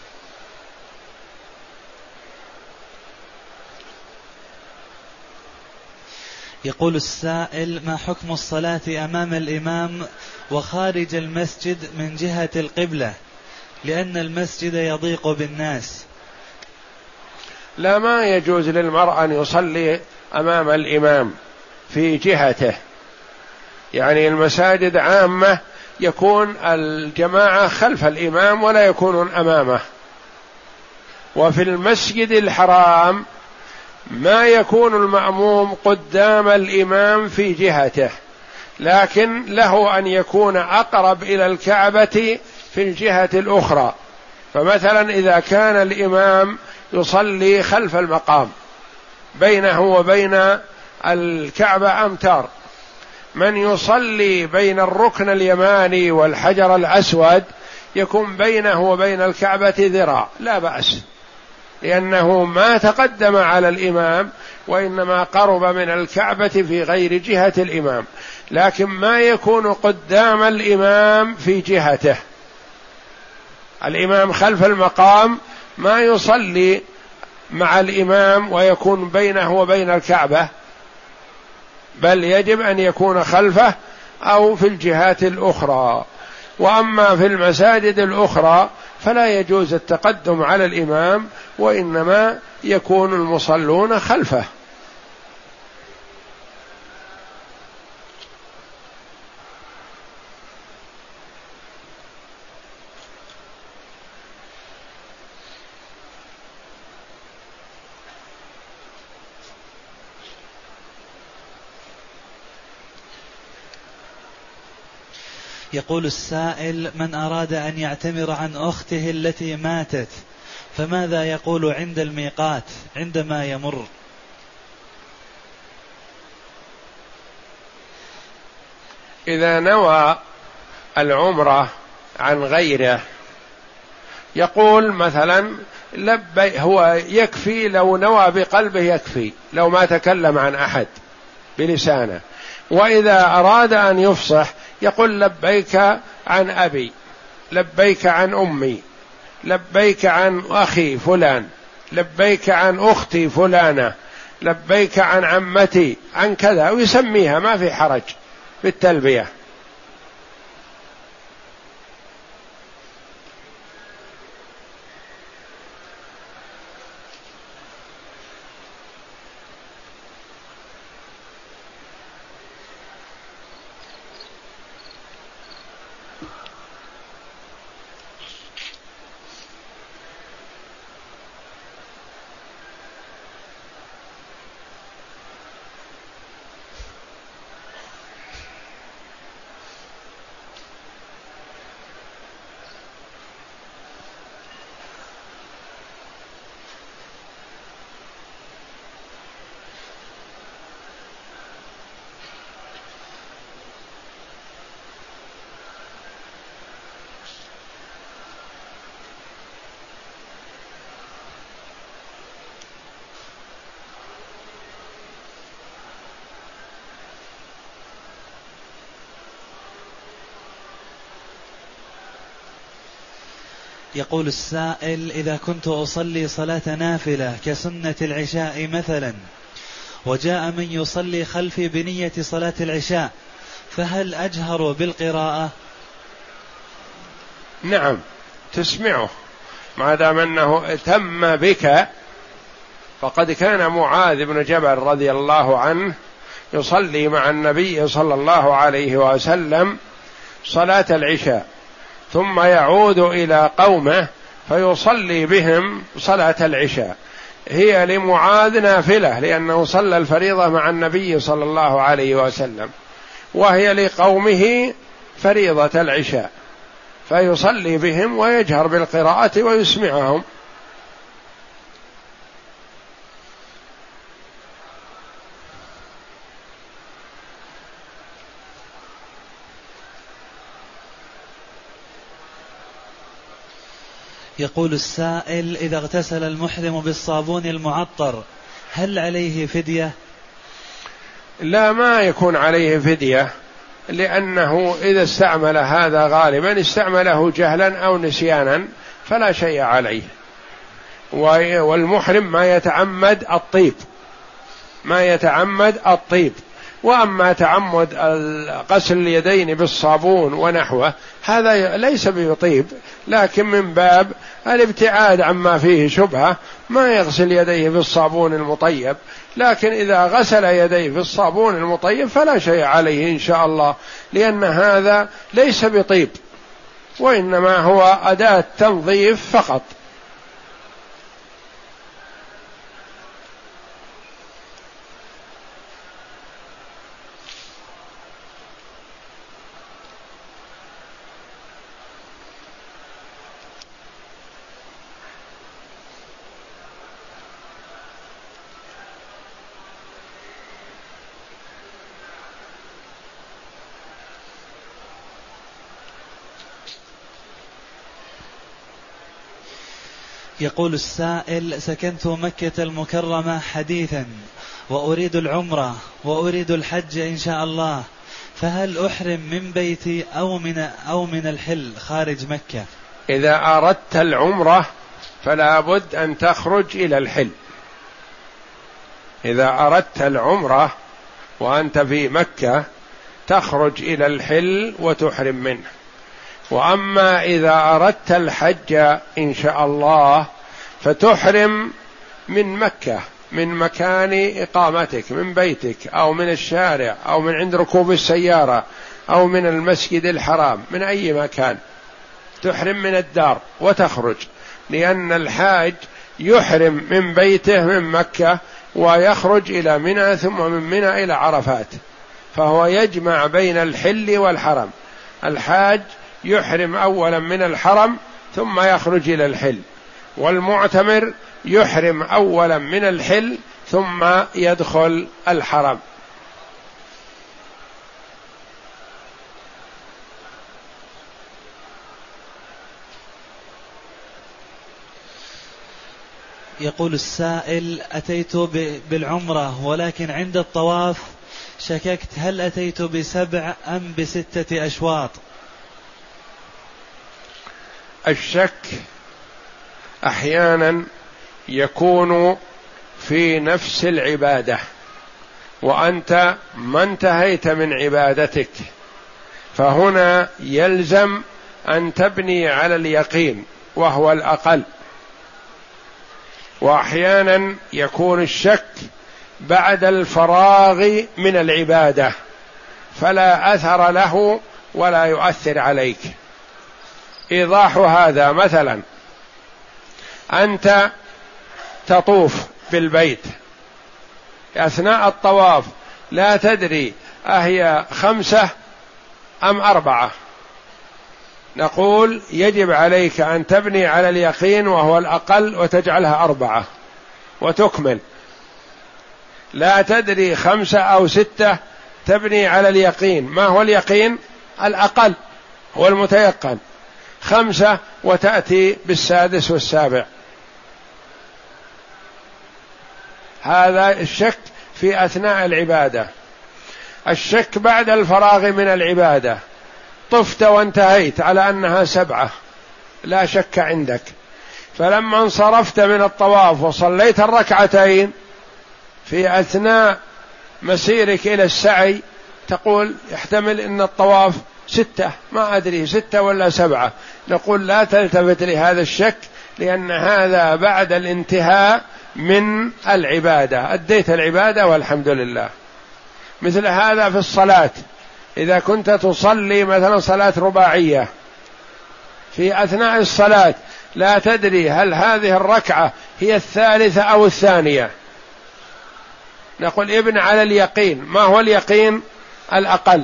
B: يقول السائل: ما حكم الصلاة أمام الإمام وخارج المسجد من جهة القبلة، لأن المسجد يضيق بالناس؟
A: لا، ما يجوز للمرء أن يصلي أمام الإمام في جهته، يعني المساجد عامة يكون الجماعة خلف الإمام ولا يكونون أمامه، وفي المسجد الحرام ما يكون المأموم قدام الإمام في جهته، لكن له أن يكون أقرب إلى الكعبة في الجهة الأخرى. فمثلا إذا كان الإمام يصلي خلف المقام بينه وبين الكعبة أمتار، من يصلي بين الركن اليماني والحجر الأسود يكون بينه وبين الكعبة ذراع، لا بأس، لأنه ما تقدم على الإمام وإنما قرب من الكعبة في غير جهة الإمام، لكن ما يكون قدام الإمام في جهته. الإمام خلف المقام ما يصلي مع الإمام ويكون بينه وبين الكعبة، بل يجب أن يكون خلفه أو في الجهات الأخرى. وأما في المساجد الأخرى فلا يجوز التقدم على الإمام، وإنما يكون المصلون خلفه.
B: يقول السائل: من أراد أن يعتمر عن أخته التي ماتت فماذا يقول عند الميقات عندما يمر؟
A: إذا نوى العمرة عن غيره يقول مثلا لبي، هو يكفي لو نوى بقلبه، يكفي لو ما تكلم عن أحد بلسانه. وإذا أراد أن يفصح يقول لبيك عن أبي، لبيك عن أمي، لبيك عن أخي فلان، لبيك عن أختي فلانة، لبيك عن عمتي، عن كذا، ويسميها، ما في حرج في التلبية.
B: يقول السائل: إذا كنت أصلي صلاة نافلة كسنة العشاء مثلا، وجاء من يصلي خلفي بنية صلاة العشاء، فهل أجهر بالقراءة؟
A: نعم، تسمعه ما دام أنه تم بك. فقد كان معاذ بن جبل رضي الله عنه يصلي مع النبي صلى الله عليه وسلم صلاة العشاء ثم يعود إلى قومه فيصلي بهم صلاة العشاء، هي لمعاذ نافلة لأنه صلى الفريضة مع النبي صلى الله عليه وسلم، وهي لقومه فريضة العشاء، فيصلي بهم ويجهر بالقراءة ويسمعهم.
B: يقول السائل: إذا اغتسل المحرم بالصابون المعطر هل عليه فدية؟
A: لا، ما يكون عليه فدية، لأنه إذا استعمل هذا غالبا استعمله جهلا أو نسيانا فلا شيء عليه. والمحرم ما يتعمد الطيب ما يتعمد الطيب وأما تعمد غسل اليدين بالصابون ونحوه هذا ليس بطيب، لكن من باب الابتعاد عما فيه شبهة ما يغسل يديه بالصابون المطيب، لكن إذا غسل يديه بالصابون المطيب فلا شيء عليه إن شاء الله، لأن هذا ليس بطيب وإنما هو أداة تنظيف فقط.
B: يقول السائل: سكنت مكة المكرمة حديثا وأريد العمرة وأريد الحج إن شاء الله، فهل أحرم من بيتي أو من أو من الحل خارج مكة؟
A: إذا أردت العمرة فلا بد أن تخرج إلى الحل. إذا أردت العمرة وأنت في مكة تخرج إلى الحل وتحرم منه. وأما إذا أردت الحج إن شاء الله فتحرم من مكة، من مكان إقامتك، من بيتك أو من الشارع أو من عند ركوب السيارة أو من المسجد الحرام، من أي مكان تحرم من الدار وتخرج، لأن الحاج يحرم من بيته من مكة ويخرج إلى منى ثم من منى إلى عرفات، فهو يجمع بين الحل والحرم. الحاج يحرم أولا من الحرم ثم يخرج إلى الحل، والمعتمر يحرم أولا من الحل ثم يدخل الحرم.
B: يقول السائل: أتيت بالعمرة ولكن عند الطواف شككت هل أتيت بسبع أم بستة أشواط؟
A: الشك أحيانا يكون في نفس العبادة وأنت ما انتهيت من عبادتك، فهنا يلزم أن تبني على اليقين وهو الأقل. وأحيانا يكون الشك بعد الفراغ من العبادة فلا أثر له ولا يؤثر عليك. إيضاح هذا: مثلا أنت تطوف بالبيت أثناء الطواف لا تدري أهي خمسة أم أربعة، نقول يجب عليك أن تبني على اليقين وهو الأقل وتجعلها أربعة وتكمل. لا تدري خمسة أو ستة، تبني على اليقين. ما هو اليقين؟ الأقل هو المتيقن، خمسة وتأتي بالسادس والسابع. هذا الشك في أثناء العبادة. الشك بعد الفراغ من العبادة، طفت وانتهيت على أنها سبعة لا شك عندك، فلما انصرفت من الطواف وصليت الركعتين في أثناء مسيرك إلى السعي تقول يحتمل أن الطواف ستة، ما أدري ستة ولا سبعة، نقول لا تلتفت لهذا الشك، لأن هذا بعد الانتهاء من العبادة، أديت العبادة والحمد لله. مثل هذا في الصلاة، إذا كنت تصلي مثلا صلاة رباعية، في أثناء الصلاة لا تدري هل هذه الركعة هي الثالثة أو الثانية، نقول ابن على اليقين. ما هو اليقين؟ الأقل.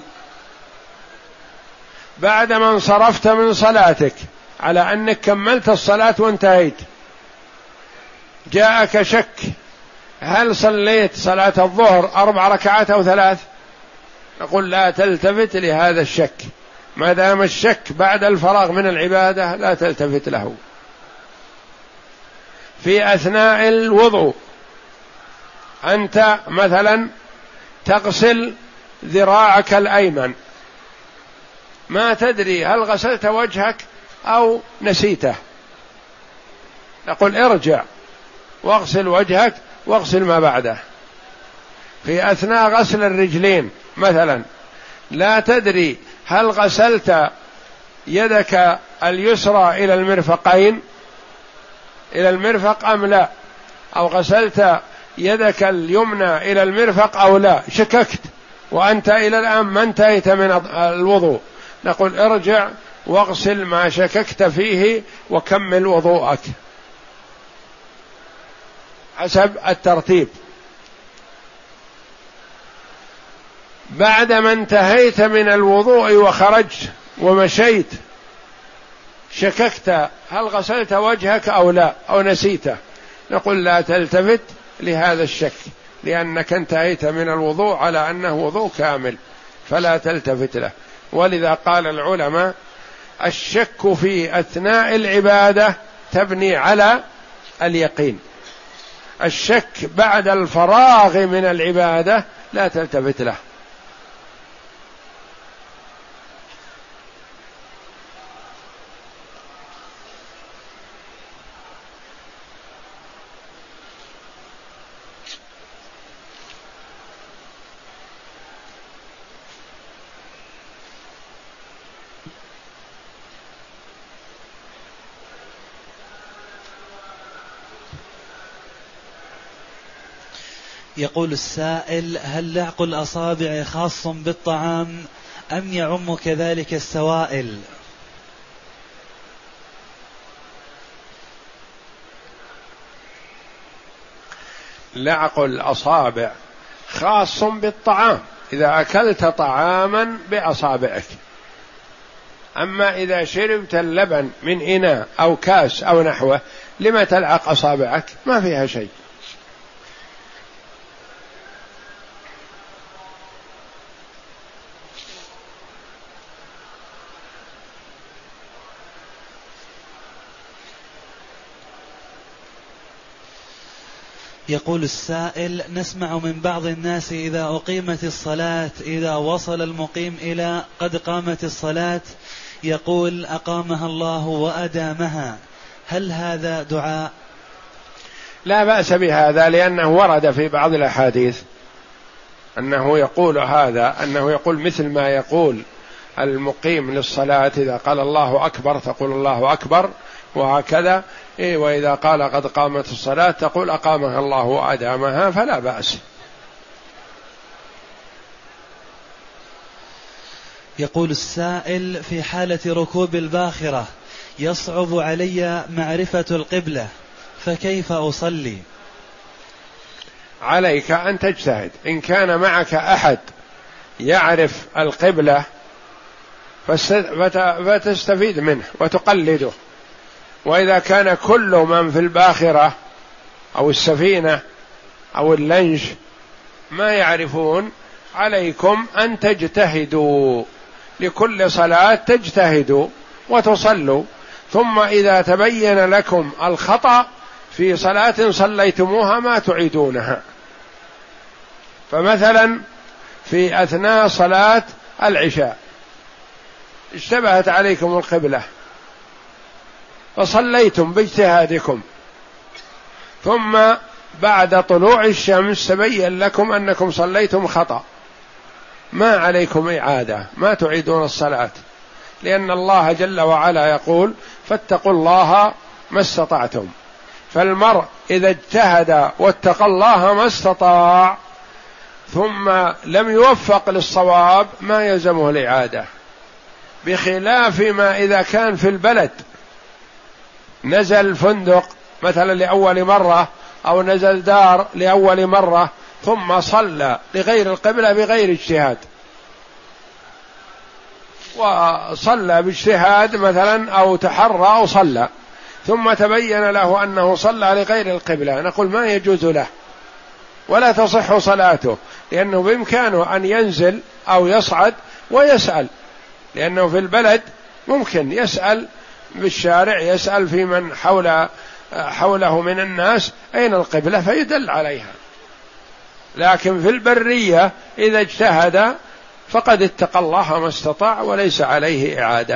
A: بعدما انصرفت من صلاتك على أنك كملت الصلاة وانتهيت، جاءك شك هل صليت صلاة الظهر أربع ركعات أو ثلاث، نقول لا تلتفت لهذا الشك، ما دام الشك بعد الفراغ من العبادة لا تلتفت له. في أثناء الوضوء أنت مثلا تغسل ذراعك الأيمن، ما تدري هل غسلت وجهك أو نسيته، نقول ارجع واغسل وجهك واغسل ما بعده. في أثناء غسل الرجلين مثلا لا تدري هل غسلت يدك اليسرى إلى المرفقين إلى المرفق أم لا، أو غسلت يدك اليمنى إلى المرفق أو لا، شككت وأنت إلى الآن ما انتهيت من الوضوء، نقول ارجع واغسل ما شككت فيه وكمل وضوءك حسب الترتيب. بعدما انتهيت من الوضوء وخرجت ومشيت شككت هل غسلت وجهك أو لا أو نسيته، نقول لا تلتفت لهذا الشك، لأنك انتهيت من الوضوء على أنه وضوء كامل فلا تلتفت له. ولذا قال العلماء الشك في أثناء العبادة تبني على اليقين، الشك بعد الفراغ من العبادة لا تلتفت له.
B: يقول السائل: هل لعق الأصابع خاص بالطعام أم يعم كذلك السوائل؟
A: لعق الأصابع خاص بالطعام إذا أكلت طعاما بأصابعك، أما إذا شربت اللبن من إناء أو كاس أو نحوه لما تلعق أصابعك؟ ما فيها شيء.
B: يقول السائل: نسمع من بعض الناس إذا أقيمت الصلاة إذا وصل المقيم إلى قد قامت الصلاة يقول أقامها الله وأدامها، هل هذا دعاء؟
A: لا بأس بهذا، لأنه ورد في بعض الأحاديث أنه يقول هذا، أنه يقول مثل ما يقول المقيم للصلاة إذا قال الله أكبر تقول الله أكبر وهكذا، إيه، وإذا قال قد قامت الصلاة تقول أقامها الله وأدامها، فلا بأس.
B: يقول السائل: في حالة ركوب الباخرة يصعب علي معرفة القبلة فكيف أصلي؟
A: عليك أن تجتهد، إن كان معك أحد يعرف القبلة فتستفيد منه وتقلده، وإذا كان كل من في الباخرة أو السفينة أو اللنج ما يعرفون عليكم أن تجتهدوا، لكل صلاة تجتهدوا وتصلوا، ثم إذا تبين لكم الخطأ في صلاة صليتموها ما تعيدونها. فمثلا في أثناء صلاة العشاء اشتبهت عليكم القبلة فصليتم باجتهادكم، ثم بعد طلوع الشمس تبين لكم أنكم صليتم خطأ، ما عليكم إعادة، ما تعيدون الصلاة، لأن الله جل وعلا يقول فاتقوا الله ما استطعتم. فالمرء إذا اجتهد واتقى الله ما استطاع ثم لم يوفق للصواب ما يلزمه الإعادة، بخلاف ما إذا كان في البلد نزل فندق مثلا لأول مرة أو نزل دار لأول مرة ثم صلى لغير القبلة بغير اجتهاد، وصلى باجتهاد مثلا أو تحرى أو صلى ثم تبين له أنه صلى لغير القبلة، نقول ما يجوز له ولا تصح صلاته، لأنه بإمكانه أن ينزل أو يصعد ويسأل، لأنه في البلد ممكن يسأل بالشارع، يسأل في من حول حوله من الناس أين القبلة فيدل عليها. لكن في البرية إذا اجتهد فقد اتقى الله ما استطاع وليس عليه إعادة.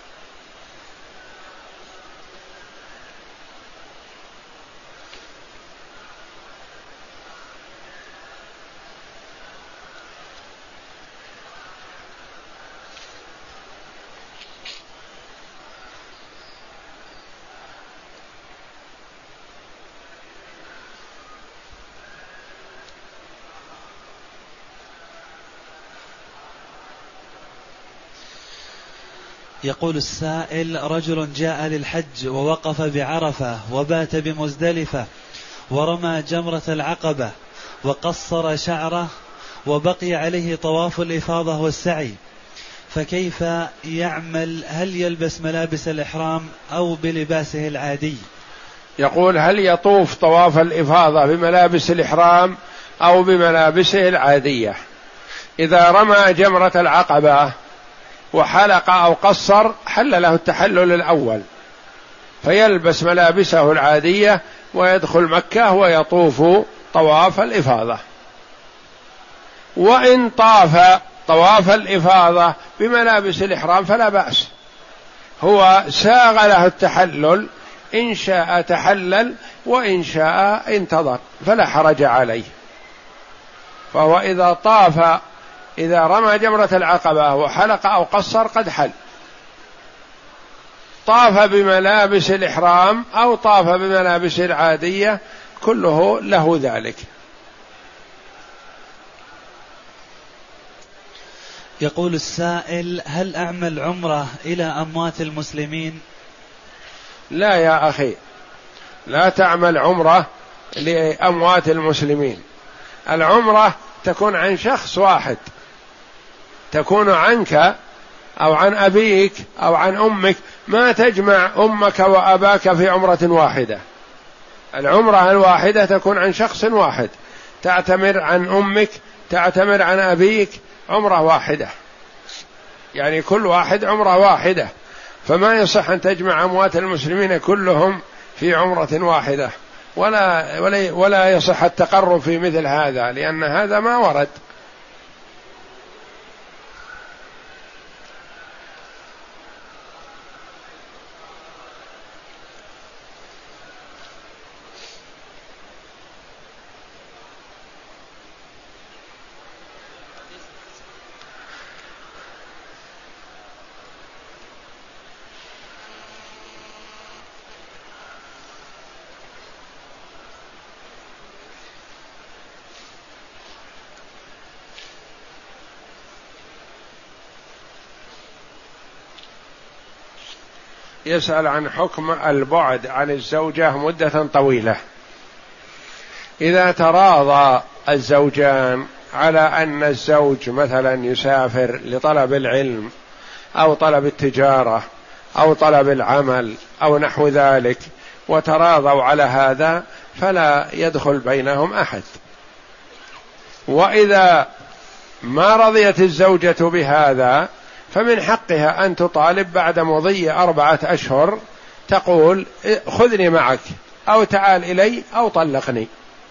B: يقول السائل: رجل جاء للحج ووقف بعرفة وبات بمزدلفة ورمى جمرة العقبة وقصر شعره وبقي عليه طواف الإفاضة والسعي، فكيف يعمل؟ هل يلبس ملابس الإحرام أو بلباسه العادي؟
A: يقول هل يطوف طواف الإفاضة بملابس الإحرام أو بملابسه العادية؟ إذا رمى جمرة العقبة وحلق أو قصر حل له التحلل الأول، فيلبس ملابسه العادية ويدخل مكة ويطوف طواف الإفاضة. وإن طاف طواف الإفاضة بملابس الإحرام فلا بأس، هو ساغ له التحلل، إن شاء تحلل وإن شاء انتظر فلا حرج عليه. فهو إذا طاف إذا رمى جمرة العقبة وحلق أو قصر قد حل، طاف بملابس الإحرام أو طاف بملابس العادية كله له ذلك.
B: يقول السائل: هل أعمل عمرة إلى أموات المسلمين؟
A: لا يا أخي، لا تعمل عمرة لأموات المسلمين. العمرة تكون عن شخص واحد، تكون عنك أو عن أبيك أو عن أمك، ما تجمع أمك وأباك في عمرة واحدة. العمرة الواحدة تكون عن شخص واحد، تعتمر عن أمك، تعتمر عن أبيك، عمرة واحدة، يعني كل واحد عمرة واحدة، فما يصح أن تجمع أموات المسلمين كلهم في عمرة واحدة، ولا ولا ولا يصح التقرب في مثل هذا، لأن هذا ما ورد. يسأل عن حكم البعد عن الزوجة مدة طويلة. إذا تراضى الزوجان على أن الزوج مثلا يسافر لطلب العلم أو طلب التجارة أو طلب العمل أو نحو ذلك، وتراضوا على هذا فلا يدخل بينهم أحد. وإذا ما رضيت الزوجة بهذا فمن حقها أن تطالب بعد مضي أربعة أشهر، تقول خذني معك أو تعال إلي أو طلقني.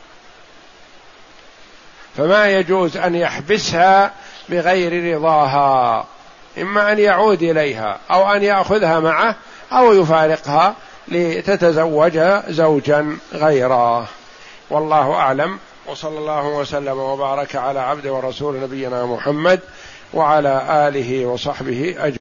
A: فما يجوز أن يحبسها بغير رضاها، إما أن يعود إليها أو أن يأخذها معه أو يفارقها لتتزوج زوجا غيره. والله أعلم. وصلى الله وسلم وبارك على عبد ورسول نبينا محمد وعلى آله وصحبه أجمعين.